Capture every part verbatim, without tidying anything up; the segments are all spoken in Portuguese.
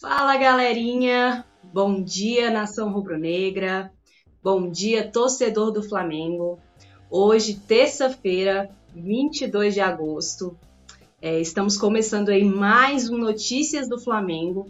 Fala, galerinha! Bom dia, nação rubro-negra. Bom dia, torcedor do Flamengo. Hoje, terça-feira, vinte e dois de agosto, é, estamos começando aí mais um Notícias do Flamengo.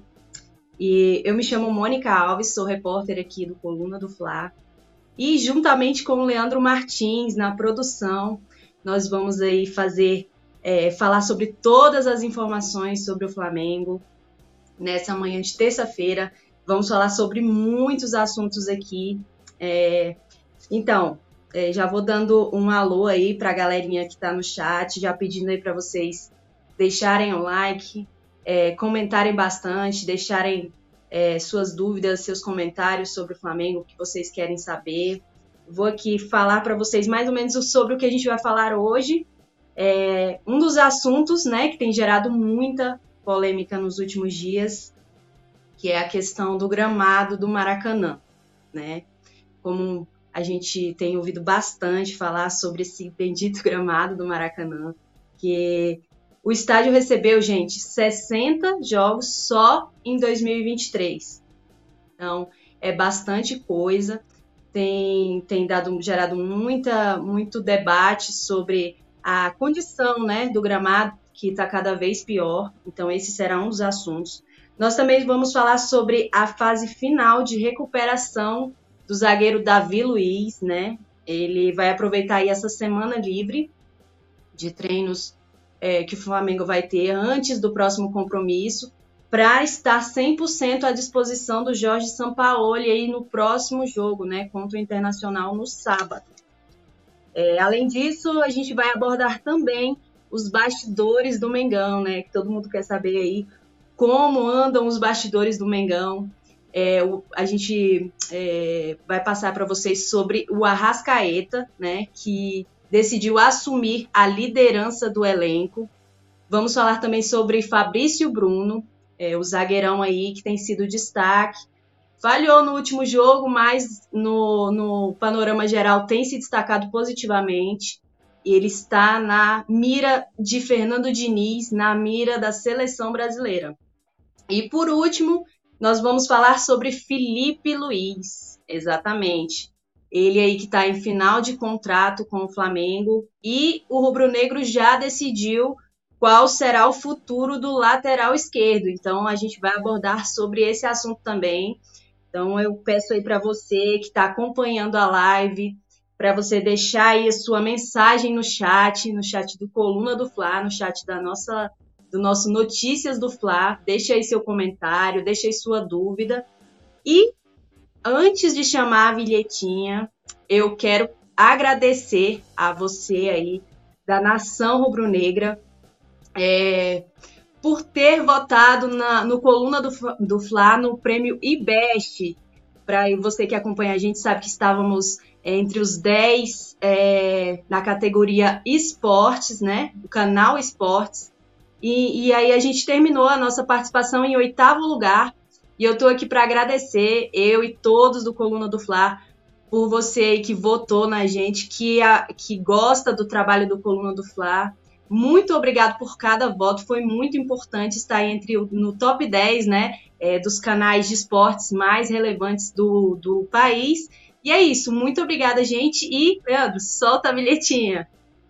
E eu me chamo Mônica Alves, sou repórter aqui do Coluna do Fla. E juntamente com o Leandro Martins na produção, nós vamos aí fazer, é, falar sobre todas as informações sobre o Flamengo. Nessa manhã de terça-feira, vamos falar sobre muitos assuntos aqui. É, então, é, já vou dando um alô aí para a galerinha que está no chat, já pedindo aí para vocês deixarem o like, é, comentarem bastante, deixarem é, suas dúvidas, seus comentários sobre o Flamengo, o que vocês querem saber. Vou aqui falar para vocês mais ou menos sobre o que a gente vai falar hoje. É, um dos assuntos, né, que tem gerado muita polêmica nos últimos dias, que é a questão do gramado do Maracanã, né? Como a gente tem ouvido bastante falar sobre esse bendito gramado do Maracanã, que o estádio recebeu, gente, sessenta jogos só em dois mil e vinte e três. Então, é bastante coisa, tem, tem dado, gerado muita, muito debate sobre a condição, né, do gramado, que está cada vez pior. Então, esse será um dos assuntos. Nós também vamos falar sobre a fase final de recuperação do zagueiro Davi Luiz, né? Ele vai aproveitar aí essa semana livre de treinos é, que o Flamengo vai ter antes do próximo compromisso, para estar cem por cento à disposição do Jorge Sampaoli aí no próximo jogo, né, contra o Internacional no sábado. É, além disso, a gente vai abordar também os bastidores do Mengão, né? Que todo mundo quer saber aí como andam os bastidores do Mengão. É, o, a gente é, vai passar para vocês sobre o Arrascaeta, né? Que decidiu assumir a liderança do elenco. Vamos falar também sobre Fabrício Bruno, é, o zagueirão aí que tem sido destaque. Falhou no último jogo, mas no, no panorama geral tem se destacado positivamente. Ele está na mira de Fernando Diniz, na mira da seleção brasileira. E por último, nós vamos falar sobre Felipe Luiz, exatamente. Ele aí que está em final de contrato com o Flamengo e o rubro-negro já decidiu qual será o futuro do lateral esquerdo. Então a gente vai abordar sobre esse assunto também. Então eu peço aí para você que está acompanhando a live, para você deixar aí a sua mensagem no chat, no chat do Coluna do Fla, no chat da nossa, do nosso Notícias do Fla. Deixa aí seu comentário, deixa aí sua dúvida. E antes de chamar a vinhetinha, eu quero agradecer a você aí da Nação Rubro-Negra é, por ter votado na, no Coluna do, do Fla no prêmio IBEST. Para você que acompanha a gente sabe que estávamos entre os dez é, na categoria esportes, né? O canal esportes. E, e aí a gente terminou a nossa participação em oitavo lugar. E eu estou aqui para agradecer, eu e todos do Coluna do Fla, por você aí que votou na gente, que, a, que gosta do trabalho do Coluna do Fla. Muito obrigado por cada voto, foi muito importante estar entre no top dez, né, é, dos canais de esportes mais relevantes do, do país. E é isso, muito obrigada, gente, e, Leandro, solta a bilhetinha.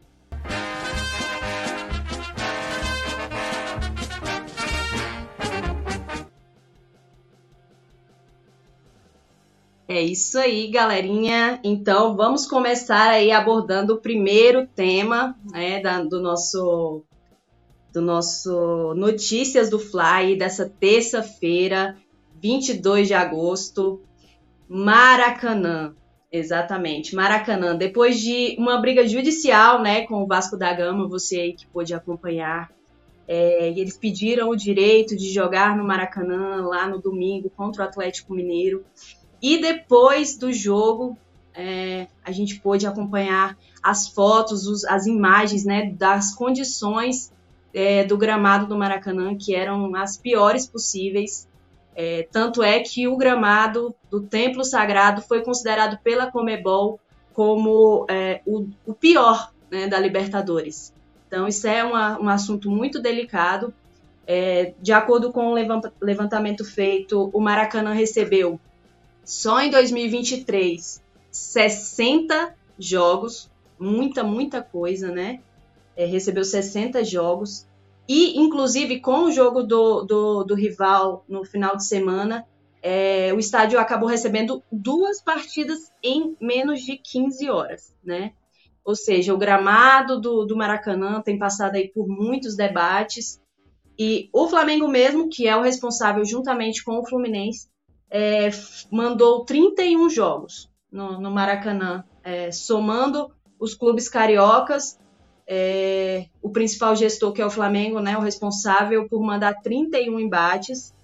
É isso aí, galerinha. Então, vamos começar aí abordando o primeiro tema, né, da, do nosso do nosso Notícias do Fla dessa terça-feira, vinte e dois de agosto, Maracanã. Exatamente, Maracanã. Depois de uma briga judicial, né, com o Vasco da Gama, você aí que pôde acompanhar, é, eles pediram o direito de jogar no Maracanã lá no domingo contra o Atlético Mineiro. E depois do jogo, é, a gente pôde acompanhar as fotos, os, as imagens, né, das condições é, do gramado do Maracanã, que eram as piores possíveis. É, tanto é que o gramado do Templo Sagrado foi considerado pela Conmebol como é, o, o pior, né, da Libertadores. Então, isso é uma, um assunto muito delicado. É, de acordo com o levantamento feito, o Maracanã recebeu, só em dois mil e vinte e três, sessenta jogos, muita, muita coisa, né? É, recebeu sessenta jogos, e inclusive com o jogo do, do, do rival no final de semana, é, o estádio acabou recebendo duas partidas em menos de quinze horas, né? Ou seja, o gramado do, do Maracanã tem passado aí por muitos debates, e o Flamengo mesmo, que é o responsável juntamente com o Fluminense, é, mandou trinta e um jogos no, no Maracanã, é, somando os clubes cariocas, é, o principal gestor, que é o Flamengo, né, o responsável por mandar trinta e um embates,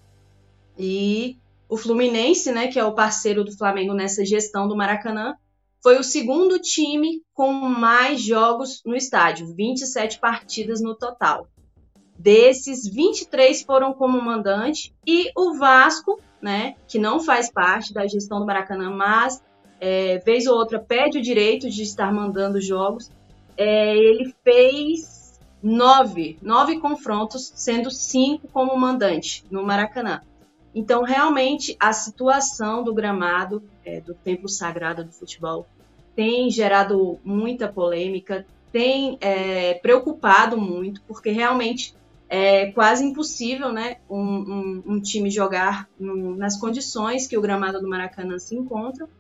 e o Fluminense, né, que é o parceiro do Flamengo nessa gestão do Maracanã, foi o segundo time com mais jogos no estádio, vinte e sete partidas no total. Desses, vinte e três foram como mandante, e o Vasco, né, que não faz parte da gestão do Maracanã, mas é, vez ou outra pede o direito de estar mandando jogos, é, ele fez nove, nove confrontos, sendo cinco como mandante no Maracanã. Então, realmente, a situação do gramado, é, do templo sagrado do futebol, tem gerado muita polêmica, tem é, preocupado muito, porque realmente é quase impossível, né, um, um, um time jogar no, nas condições que o gramado do Maracanã se encontra.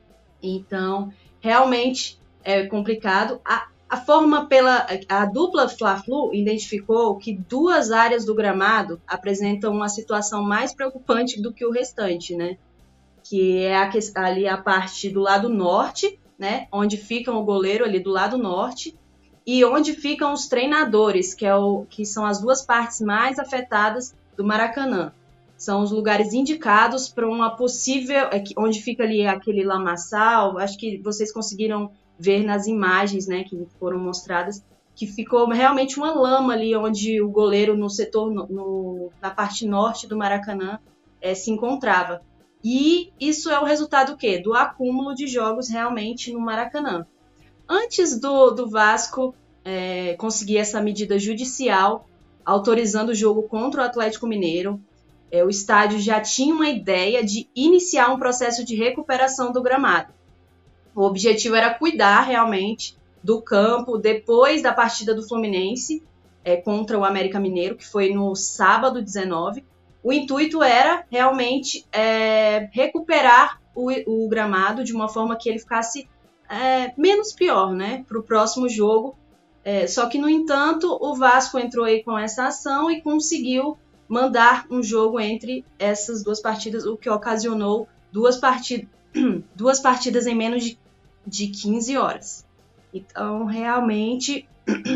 Então, realmente é complicado. A, a forma pela... A dupla Fla-Flu identificou que duas áreas do gramado apresentam uma situação mais preocupante do que o restante, né? Que é a, ali a parte do lado norte, né, onde fica o goleiro ali do lado norte, e onde ficam os treinadores, que, é o, que são as duas partes mais afetadas do Maracanã. São os lugares indicados para uma possível... Onde fica ali aquele lamaçal, acho que vocês conseguiram ver nas imagens, né, que foram mostradas, que ficou realmente uma lama ali onde o goleiro no setor, no, no, na parte norte do Maracanã, é, se encontrava. E isso é o resultado do quê? Do acúmulo de jogos realmente no Maracanã. Antes do, do Vasco é, conseguir essa medida judicial autorizando o jogo contra o Atlético Mineiro, é, o estádio já tinha uma ideia de iniciar um processo de recuperação do gramado. O objetivo era cuidar realmente do campo depois da partida do Fluminense é, contra o América Mineiro, que foi no sábado dezenove. O intuito era realmente é, recuperar o, o gramado de uma forma que ele ficasse É, menos pior, né, para o próximo jogo. É, só que, no entanto, o Vasco entrou aí com essa ação e conseguiu mandar um jogo entre essas duas partidas, o que ocasionou duas, partid duas partidas em menos de, de quinze horas. Então, realmente,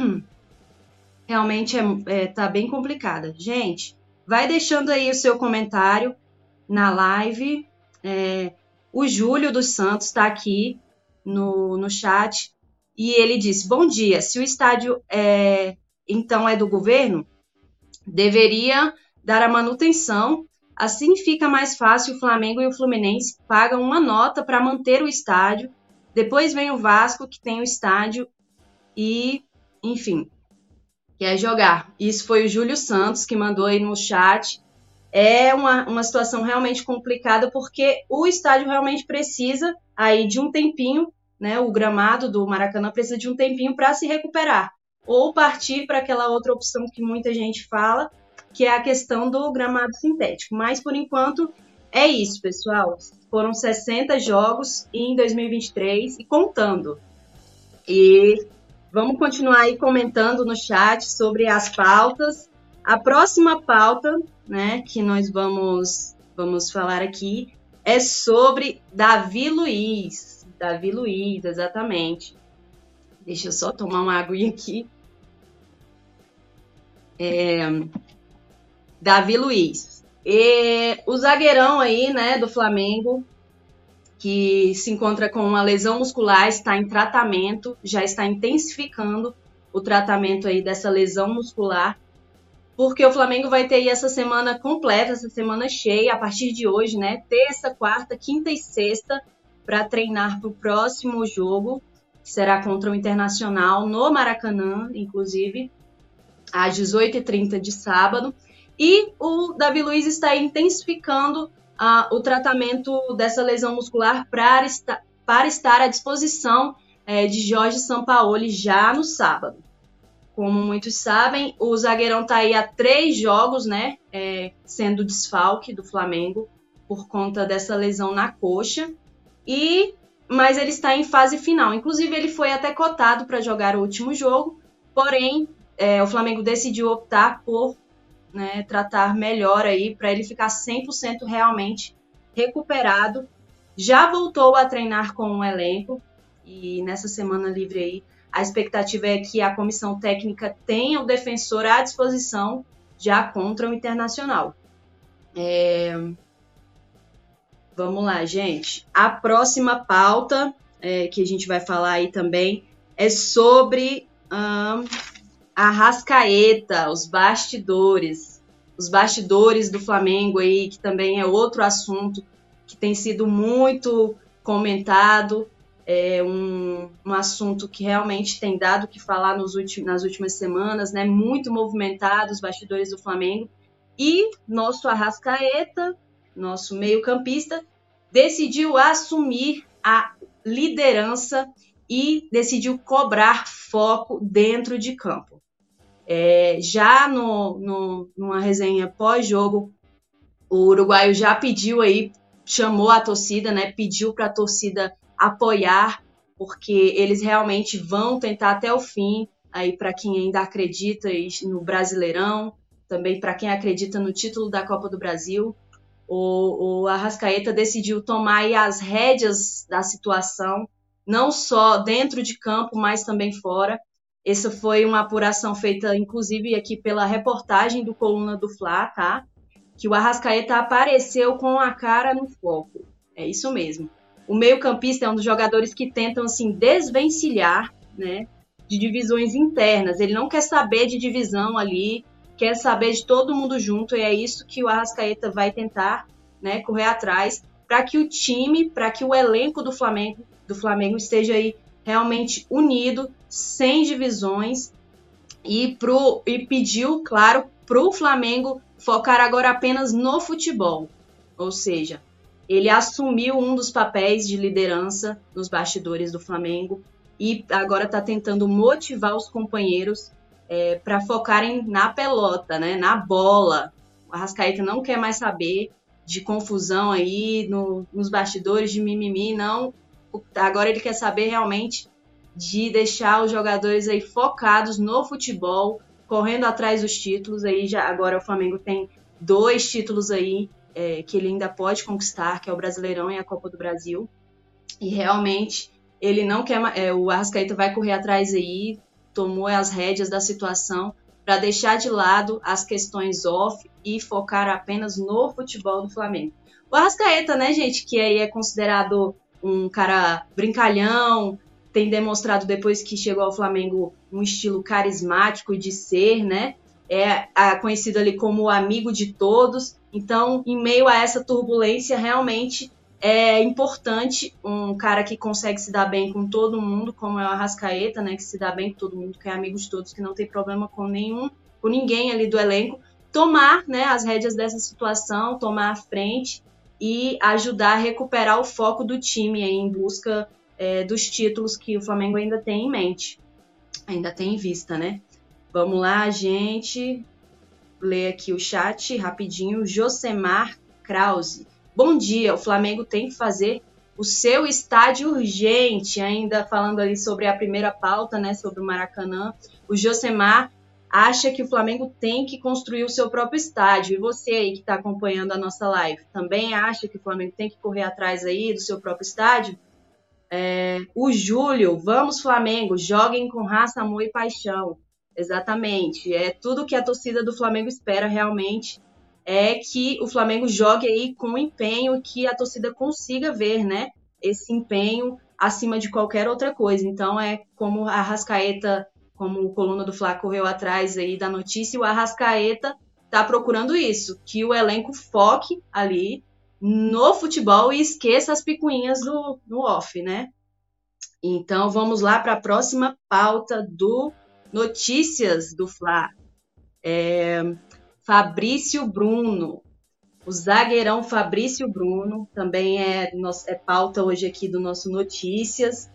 realmente é, é, tá bem complicada. Gente, vai deixando aí o seu comentário na live. É, o Júlio dos Santos está aqui No, no chat, e ele disse: bom dia, se o estádio é, então é do governo, deveria dar a manutenção, assim fica mais fácil. O Flamengo e o Fluminense pagam uma nota para manter o estádio, depois vem o Vasco, que tem o estádio e, enfim, quer jogar. Isso foi o Júlio Santos que mandou aí no chat. É uma, uma situação realmente complicada, porque o estádio realmente precisa aí de um tempinho, né? O gramado do Maracanã precisa de um tempinho para se recuperar, ou partir para aquela outra opção que muita gente fala, que é a questão do gramado sintético. Mas, por enquanto, é isso, pessoal. Foram sessenta jogos em dois mil e vinte e três e contando. E vamos continuar aí comentando no chat sobre as pautas. A próxima pauta, né, que nós vamos, vamos falar aqui é sobre Davi Luiz. Davi Luiz, exatamente. Deixa eu só tomar uma aguinha aqui. É, Davi Luiz. E o zagueirão aí, né, do Flamengo, que se encontra com uma lesão muscular, está em tratamento, já está intensificando o tratamento aí dessa lesão muscular, porque o Flamengo vai ter aí essa semana completa, essa semana cheia, a partir de hoje, né, terça, quarta, quinta e sexta, para treinar para o próximo jogo, que será contra o Internacional, no Maracanã, inclusive, às dezoito e trinta de sábado. E o Davi Luiz está intensificando uh, o tratamento dessa lesão muscular para, esta, para estar à disposição é, de Jorge Sampaoli já no sábado. Como muitos sabem, o zagueirão está aí há três jogos, né, é, sendo desfalque do Flamengo por conta dessa lesão na coxa, e, mas ele está em fase final. Inclusive, ele foi até cotado para jogar o último jogo, porém, é, o Flamengo decidiu optar por, né, tratar melhor aí para ele ficar cem por cento realmente recuperado. Já voltou a treinar com o elenco, e nessa semana livre aí, a expectativa é que a comissão técnica tenha o defensor à disposição já contra o Internacional. É... Vamos lá, gente. A próxima pauta é, que a gente vai falar aí também é sobre hum, a Arrascaeta, os bastidores. Os bastidores do Flamengo aí, que também é outro assunto que tem sido muito comentado. É um, um assunto que realmente tem dado o que falar nos últimos, nas últimas semanas, né? Muito movimentado, os bastidores do Flamengo. E nosso Arrascaeta, nosso meio-campista, decidiu assumir a liderança e decidiu cobrar foco dentro de campo. É, já no, no, numa resenha pós-jogo, o uruguaio já pediu aí, chamou a torcida, né? Pediu para a torcida apoiar, porque eles realmente vão tentar até o fim, aí para quem ainda acredita no Brasileirão, também para quem acredita no título da Copa do Brasil. O, o Arrascaeta decidiu tomar aí as rédeas da situação, não só dentro de campo, mas também fora. Essa foi uma apuração feita, inclusive, aqui pela reportagem do Coluna do Fla, tá? Que o Arrascaeta apareceu com a cara no foco. É isso mesmo. O meio-campista é um dos jogadores que tentam, assim, desvencilhar, né, de divisões internas. Ele não quer saber de divisão ali, quer saber de todo mundo junto, e é isso que o Arrascaeta vai tentar, né, correr atrás, para que o time, para que o elenco do Flamengo, do Flamengo esteja aí realmente unido, sem divisões, e, pro, e pediu, claro, para o Flamengo focar agora apenas no futebol, ou seja, ele assumiu um dos papéis de liderança nos bastidores do Flamengo e agora está tentando motivar os companheiros é, para focarem na pelota, né, na bola. O Arrascaeta não quer mais saber de confusão aí no, nos bastidores, de mimimi, não. Agora ele quer saber realmente de deixar os jogadores aí focados no futebol, correndo atrás dos títulos. Aí já, agora o Flamengo tem dois títulos aí é, que ele ainda pode conquistar, que é o Brasileirão e a Copa do Brasil. E realmente ele não quer, é, o Arrascaeta vai correr atrás aí, tomou as rédeas da situação para deixar de lado as questões off e focar apenas no futebol do Flamengo. O Arrascaeta, né, gente, que aí é considerado um cara brincalhão, tem demonstrado depois que chegou ao Flamengo um estilo carismático de ser, né? É conhecido ali como o amigo de todos. Então, em meio a essa turbulência, realmente é importante um cara que consegue se dar bem com todo mundo, como é o Arrascaeta, né? Que se dá bem com todo mundo, que é amigo de todos, que não tem problema com nenhum, com ninguém ali do elenco, tomar, né, as rédeas dessa situação, tomar a frente e ajudar a recuperar o foco do time aí em busca É, dos títulos que o Flamengo ainda tem em mente, ainda tem em vista, né? Vamos lá, gente. Ler aqui o chat rapidinho. Josemar Krause. Bom dia, o Flamengo tem que fazer o seu estádio urgente. Ainda falando ali sobre a primeira pauta, né? Sobre o Maracanã. O Josemar acha que o Flamengo tem que construir o seu próprio estádio. E você aí que está acompanhando a nossa live, também acha que o Flamengo tem que correr atrás aí do seu próprio estádio? É, o Júlio, vamos Flamengo, joguem com raça, amor e paixão. Exatamente, é tudo que a torcida do Flamengo espera realmente, é que o Flamengo jogue aí com empenho e que a torcida consiga ver, né, esse empenho acima de qualquer outra coisa. Então é como a Arrascaeta, como o Coluna do Fla correu atrás aí da notícia, o Arrascaeta tá procurando isso, que o elenco foque ali no futebol e esqueça as picuinhas do, do off, né? Então, vamos lá para a próxima pauta do Notícias do Fla. É, Fabrício Bruno. O zagueirão Fabrício Bruno também é, é pauta hoje aqui do nosso Notícias.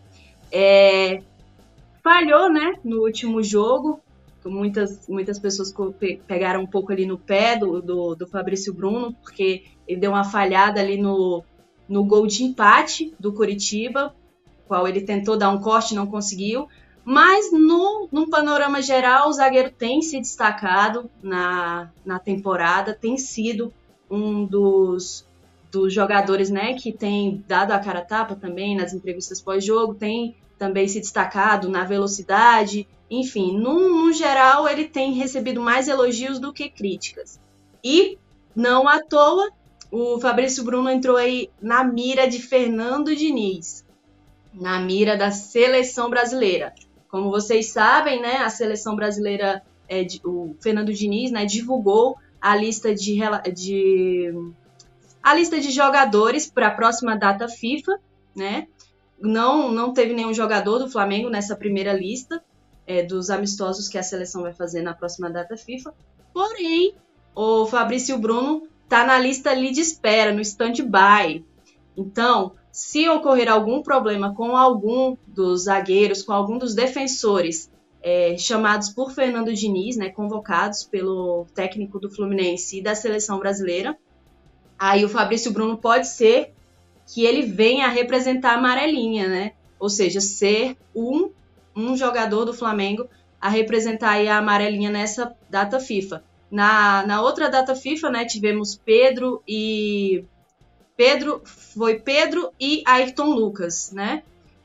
É, falhou, né, no último jogo. Muitas, muitas pessoas pegaram um pouco ali no pé do, do, do Fabrício Bruno, porque ele deu uma falhada ali no, no gol de empate do Coritiba, qual ele tentou dar um corte, não conseguiu. Mas, no, no panorama geral, o zagueiro tem se destacado na, na temporada, tem sido um dos, dos jogadores, né, que tem dado a cara a tapa também nas entrevistas pós-jogo, tem também se destacado na velocidade, enfim, no, no geral, ele tem recebido mais elogios do que críticas. E, não à toa, o Fabrício Bruno entrou aí na mira de Fernando Diniz, na mira da seleção brasileira. Como vocês sabem, né, a seleção brasileira, é, o Fernando Diniz, né, divulgou a lista de, de, a lista de jogadores para a próxima data FIFA, né? Não, não teve nenhum jogador do Flamengo nessa primeira lista é, dos amistosos que a seleção vai fazer na próxima data FIFA. Porém, o Fabrício Bruno está na lista ali de espera, no stand-by. Então, se ocorrer algum problema com algum dos zagueiros, com algum dos defensores é, chamados por Fernando Diniz, né, convocados pelo técnico do Fluminense e da seleção brasileira, aí o Fabrício Bruno pode ser que ele venha a representar a amarelinha, né? Ou seja, ser um, um jogador do Flamengo a representar aí a amarelinha nessa data FIFA. Na, na outra data FIFA, né, tivemos Pedro e... Pedro, foi Pedro e Ayrton Lucas, né?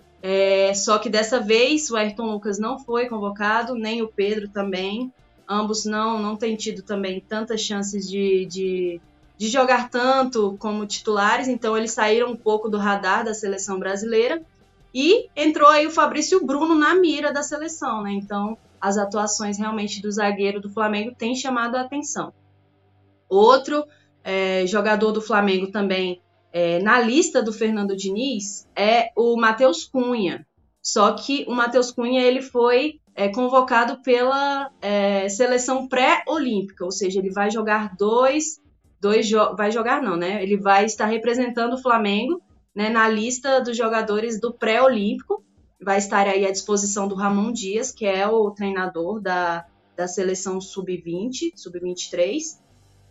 É, só que dessa vez o Ayrton Lucas não foi convocado, nem o Pedro também. Ambos não, não têm tido também tantas chances de, de, de jogar tanto como titulares, então eles saíram um pouco do radar da seleção brasileira. E entrou aí o Fabrício Bruno na mira da seleção, né? Então as atuações realmente do zagueiro do Flamengo têm chamado a atenção. Outro É, jogador do Flamengo também é, na lista do Fernando Diniz é o Matheus Cunha. Só que o Matheus Cunha ele foi é, convocado pela é, seleção pré-olímpica, ou seja, ele vai jogar dois, dois jo- vai jogar não, né? Ele vai estar representando o Flamengo, né, na lista dos jogadores do pré-olímpico. Vai estar aí à disposição do Ramon Dias, que é o treinador da, da seleção sub vinte, sub vinte e três.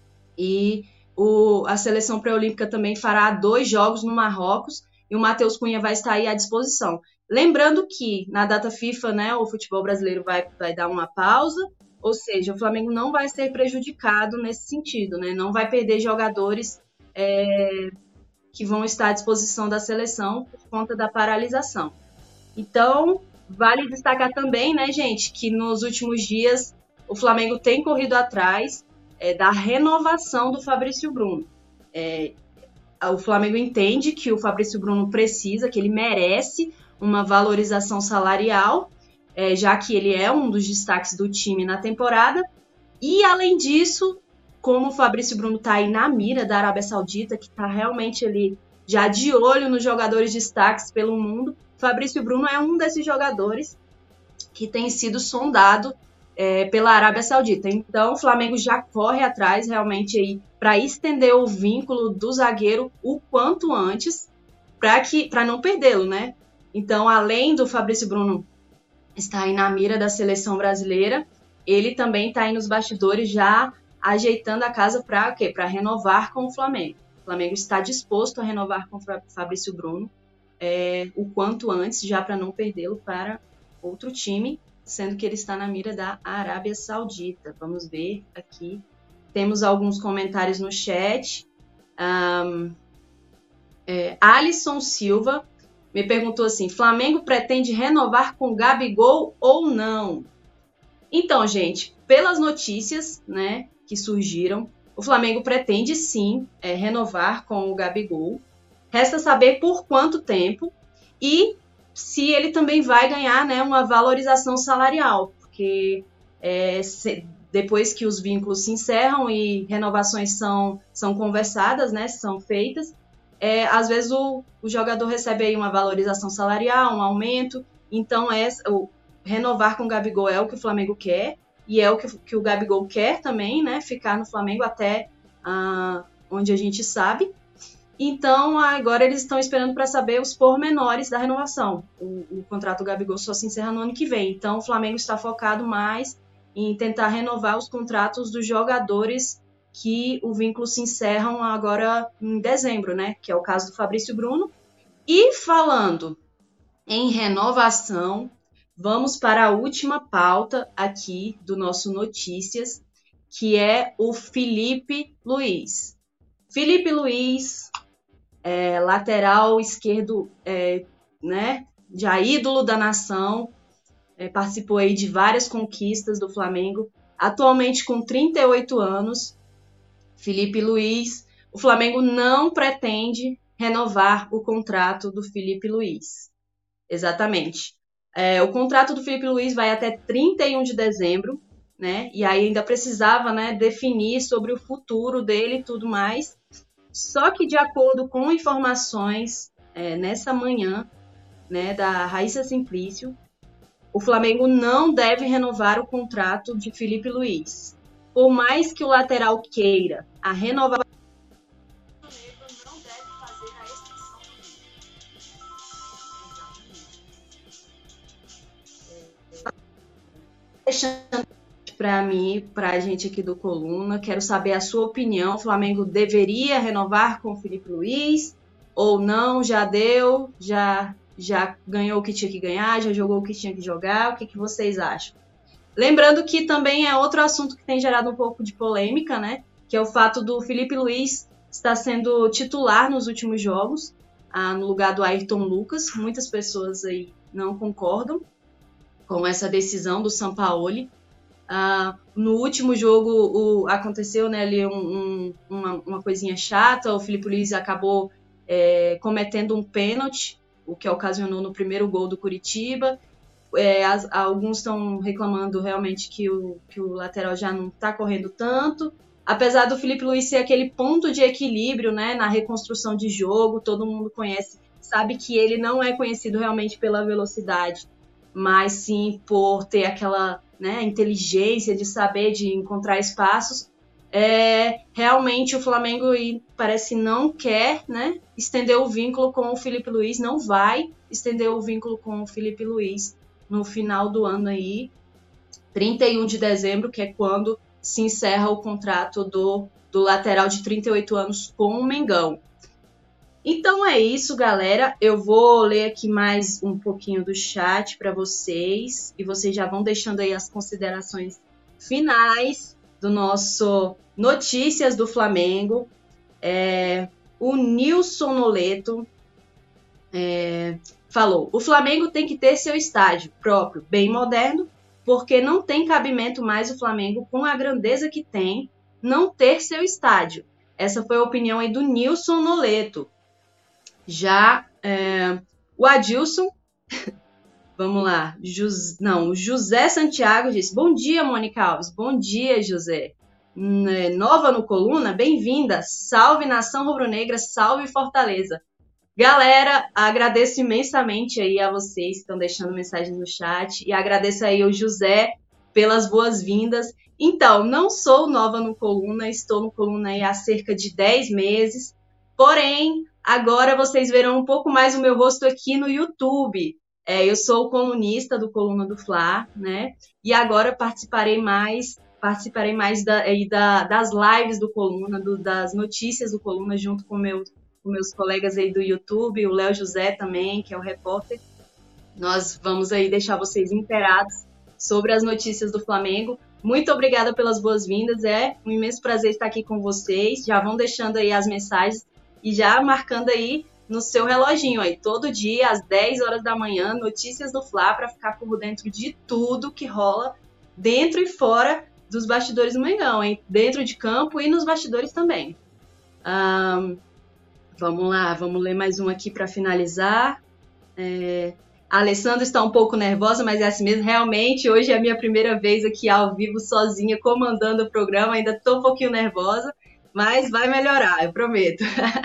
E o, a seleção pré-olímpica também fará dois jogos no Marrocos e o Matheus Cunha vai estar aí à disposição. Lembrando que na data FIFA, né, o futebol brasileiro vai, vai dar uma pausa, ou seja, o Flamengo não vai ser prejudicado nesse sentido, né, não vai perder jogadores é, que vão estar à disposição da seleção por conta da paralisação. Então, vale destacar também, né, gente, que nos últimos dias o Flamengo tem corrido atrás É, da renovação do Fabrício Bruno. É, o Flamengo entende que o Fabrício Bruno precisa, que ele merece uma valorização salarial, é, já que ele é um dos destaques do time na temporada. E, além disso, como o Fabrício Bruno está aí na mira da Arábia Saudita, que está realmente ali já de olho nos jogadores destaques pelo mundo, Fabrício Bruno é um desses jogadores que tem sido sondado É, pela Arábia Saudita. Então, o Flamengo já corre atrás realmente aí para estender o vínculo do zagueiro o quanto antes, para que para não perdê-lo, né? Então, além do Fabrício Bruno estar aí na mira da seleção brasileira, ele também está aí nos bastidores já ajeitando a casa para quê? Para renovar com o Flamengo. O Flamengo está disposto a renovar com o Fabrício Bruno é, o quanto antes, já para não perdê-lo para outro time, sendo que ele está na mira da Arábia Saudita. Vamos ver aqui. Temos alguns comentários no chat. Um, é, Alisson Silva me perguntou assim, Flamengo pretende renovar com Gabigol ou não? Então, gente, pelas notícias, né, que surgiram, o Flamengo pretende sim é, renovar com o Gabigol. Resta saber por quanto tempo e se ele também vai ganhar, né, uma valorização salarial, porque é, se, depois que os vínculos se encerram e renovações são, são conversadas, né, são feitas, é, às vezes o, o jogador recebe aí uma valorização salarial, um aumento, então é, o, renovar com o Gabigol é o que o Flamengo quer, e é o que, que o Gabigol quer também, né? Ficar no Flamengo até uh, onde a gente sabe. Então, agora eles estão esperando para saber os pormenores da renovação. O, o contrato do Gabigol só se encerra no ano que vem. Então, o Flamengo está focado mais em tentar renovar os contratos dos jogadores que o vínculo se encerram agora em dezembro, né? Que é o caso do Fabrício Bruno. E falando em renovação, vamos para a última pauta aqui do nosso Notícias, que é o Filipe Luiz. Filipe Luiz, é, lateral esquerdo, é, né, já ídolo da nação, é, participou aí de várias conquistas do Flamengo, atualmente com trinta e oito anos, Filipe Luiz, o Flamengo não pretende renovar o contrato do Filipe Luiz. Exatamente. É, o contrato do Filipe Luiz vai até trinta e um de dezembro, né? E aí ainda precisava, né, definir sobre o futuro dele e tudo mais. Só que de acordo com informações é, nessa manhã, né, da Raíssa Simplício, o Flamengo não deve renovar o contrato de Filipe Luiz. Por mais que o lateral queira a renovação, não deve fazer a extensão do Deixando para mim, para a gente aqui do Coluna, quero saber a sua opinião. O Flamengo deveria renovar com o Filipe Luiz ou não? Já deu? Já, já ganhou o que tinha que ganhar? Já jogou o que tinha que jogar? O que, que vocês acham? Lembrando que também é outro assunto que tem gerado um pouco de polêmica, né? Que é o fato do Filipe Luiz estar sendo titular nos últimos jogos, ah, no lugar do Ayrton Lucas. Muitas pessoas aí não concordam com essa decisão do Sampaoli. Ah, no último jogo o, aconteceu, né, ali um, um, uma, uma coisinha chata, o Filipe Luiz acabou é, cometendo um pênalti, o que ocasionou no primeiro gol do Curitiba. É, as, alguns estão reclamando realmente que o, que o lateral já não está correndo tanto, apesar do Filipe Luiz ser aquele ponto de equilíbrio, né, na reconstrução de jogo, todo mundo conhece, sabe que ele não é conhecido realmente pela velocidade, mas sim por ter aquela, né, inteligência de saber, de encontrar espaços. É, realmente o Flamengo parece não quer, né, estender o vínculo com o Filipe Luiz, não vai estender o vínculo com o Filipe Luiz no final do ano aí, trinta e um de dezembro, que é quando se encerra o contrato do, do lateral de trinta e oito anos com o Mengão. Então é isso, galera. Eu vou ler aqui mais um pouquinho do chat para vocês e vocês já vão deixando aí as considerações finais do nosso Notícias do Flamengo. É, o Nilson Noleto é, falou: o Flamengo tem que ter seu estádio próprio, bem moderno, porque não tem cabimento mais o Flamengo, com a grandeza que tem, não ter seu estádio. Essa foi a opinião aí do Nilson Noleto. Já é, o Adilson, vamos lá, Jus, não, o José Santiago disse: bom dia, Mônica Alves. Bom dia, José. Nova no Coluna, bem-vinda. Salve Nação Rubro-Negra, salve Fortaleza. Galera, agradeço imensamente aí a vocês que estão deixando mensagens no chat e agradeço aí ao José pelas boas-vindas. Então, não sou nova no Coluna, estou no Coluna aí há cerca de dez meses, porém, agora vocês verão um pouco mais o meu rosto aqui no YouTube. É, eu sou colunista do Coluna do Fla, né? E agora participarei mais, participarei mais da, aí da, das lives do Coluna, do, das notícias do Coluna, junto com, meu, com meus colegas aí do YouTube, o Léo José também, que é o repórter. Nós vamos aí deixar vocês inteirados sobre as notícias do Flamengo. Muito obrigada pelas boas-vindas, é um imenso prazer estar aqui com vocês. Já vão deixando aí as mensagens e já marcando aí no seu reloginho aí, todo dia às dez horas da manhã, notícias do Fla, para ficar por dentro de tudo que rola dentro e fora dos bastidores do Mengão, hein? Dentro de campo e nos bastidores também. Um, vamos lá, vamos ler mais um aqui para finalizar. É, a Alessandra está um pouco nervosa, mas é assim mesmo. Realmente, hoje é a minha primeira vez aqui ao vivo, sozinha, comandando o programa. Ainda estou um pouquinho nervosa, mas vai melhorar, eu prometo.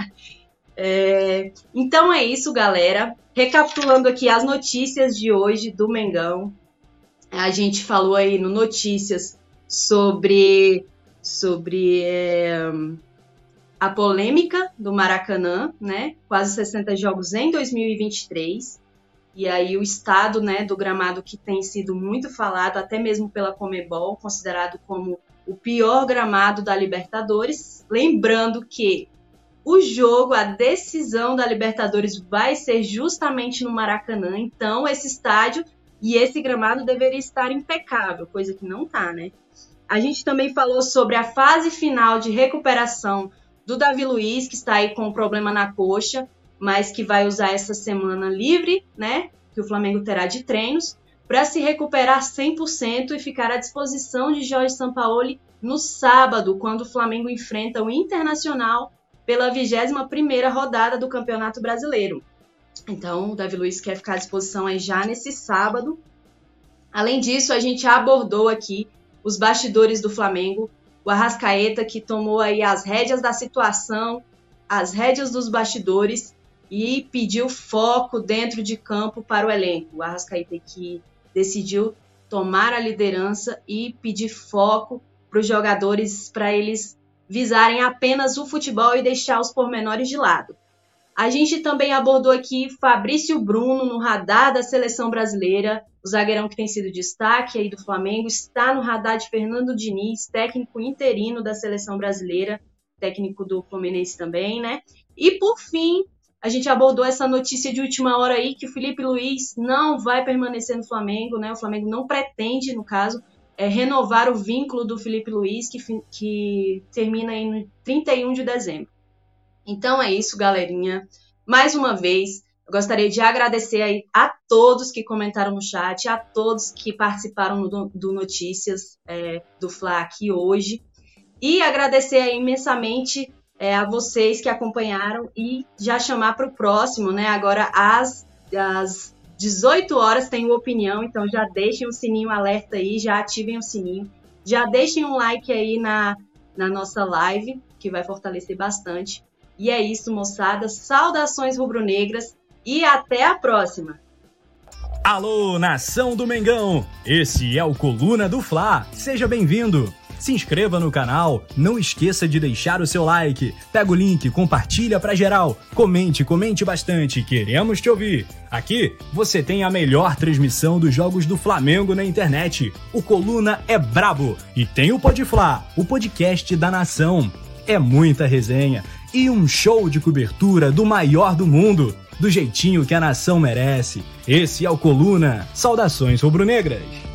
É, então é isso, galera. Recapitulando aqui as notícias de hoje do Mengão. A gente falou aí no Notícias sobre, sobre é, a polêmica do Maracanã, né? Quase sessenta jogos em dois mil e vinte e três. E aí o estado, né, do gramado que tem sido muito falado, até mesmo pela Conmebol, considerado como o pior gramado da Libertadores. Lembrando que o jogo, a decisão da Libertadores vai ser justamente no Maracanã. Então, esse estádio e esse gramado deveria estar impecável, coisa que não tá, né? A gente também falou sobre a fase final de recuperação do Davi Luiz, que está aí com um problema na coxa, mas que vai usar essa semana livre, né? Que o Flamengo terá de treinos, para se recuperar cem por cento e ficar à disposição de Jorge Sampaoli no sábado, quando o Flamengo enfrenta o Internacional pela vigésima primeira rodada do Campeonato Brasileiro. Então, o Davi Luiz quer ficar à disposição aí já nesse sábado. Além disso, a gente abordou aqui os bastidores do Flamengo, o Arrascaeta, que tomou aí as rédeas da situação, as rédeas dos bastidores e pediu foco dentro de campo para o elenco. O Arrascaeta que decidiu tomar a liderança e pedir foco para os jogadores, para eles visarem apenas o futebol e deixar os pormenores de lado. A gente também abordou aqui Fabrício Bruno no radar da seleção brasileira, o zagueirão que tem sido destaque aí do Flamengo, está no radar de Fernando Diniz, técnico interino da seleção brasileira, técnico do Fluminense também, né? E por fim, a gente abordou essa notícia de última hora aí que o Felipe Luiz não vai permanecer no Flamengo, né? O Flamengo não pretende, no caso, é, renovar o vínculo do Felipe Luiz, que, que termina aí no trinta e um de dezembro. Então é isso, galerinha. Mais uma vez, eu gostaria de agradecer aí a todos que comentaram no chat, a todos que participaram do, do Notícias é, do Fla aqui hoje. E agradecer aí imensamente é, a vocês que acompanharam e já chamar para o próximo, né? Agora às, às dezoito horas tem o Opinião, então já deixem o sininho alerta aí, já ativem o sininho. Já deixem um like aí na, na nossa live, que vai fortalecer bastante. E é isso, moçada. Saudações rubro-negras e até a próxima. Alô, nação do Mengão! Esse é o Coluna do Fla. Seja bem-vindo. Se inscreva no canal, não esqueça de deixar o seu like. Pega o link, compartilha pra geral. Comente, comente bastante, queremos te ouvir. Aqui você tem a melhor transmissão dos jogos do Flamengo na internet. O Coluna é brabo e tem o Podfla, o podcast da nação. É muita resenha e um show de cobertura do maior do mundo, do jeitinho que a nação merece. Esse é o Coluna. Saudações rubro-negras.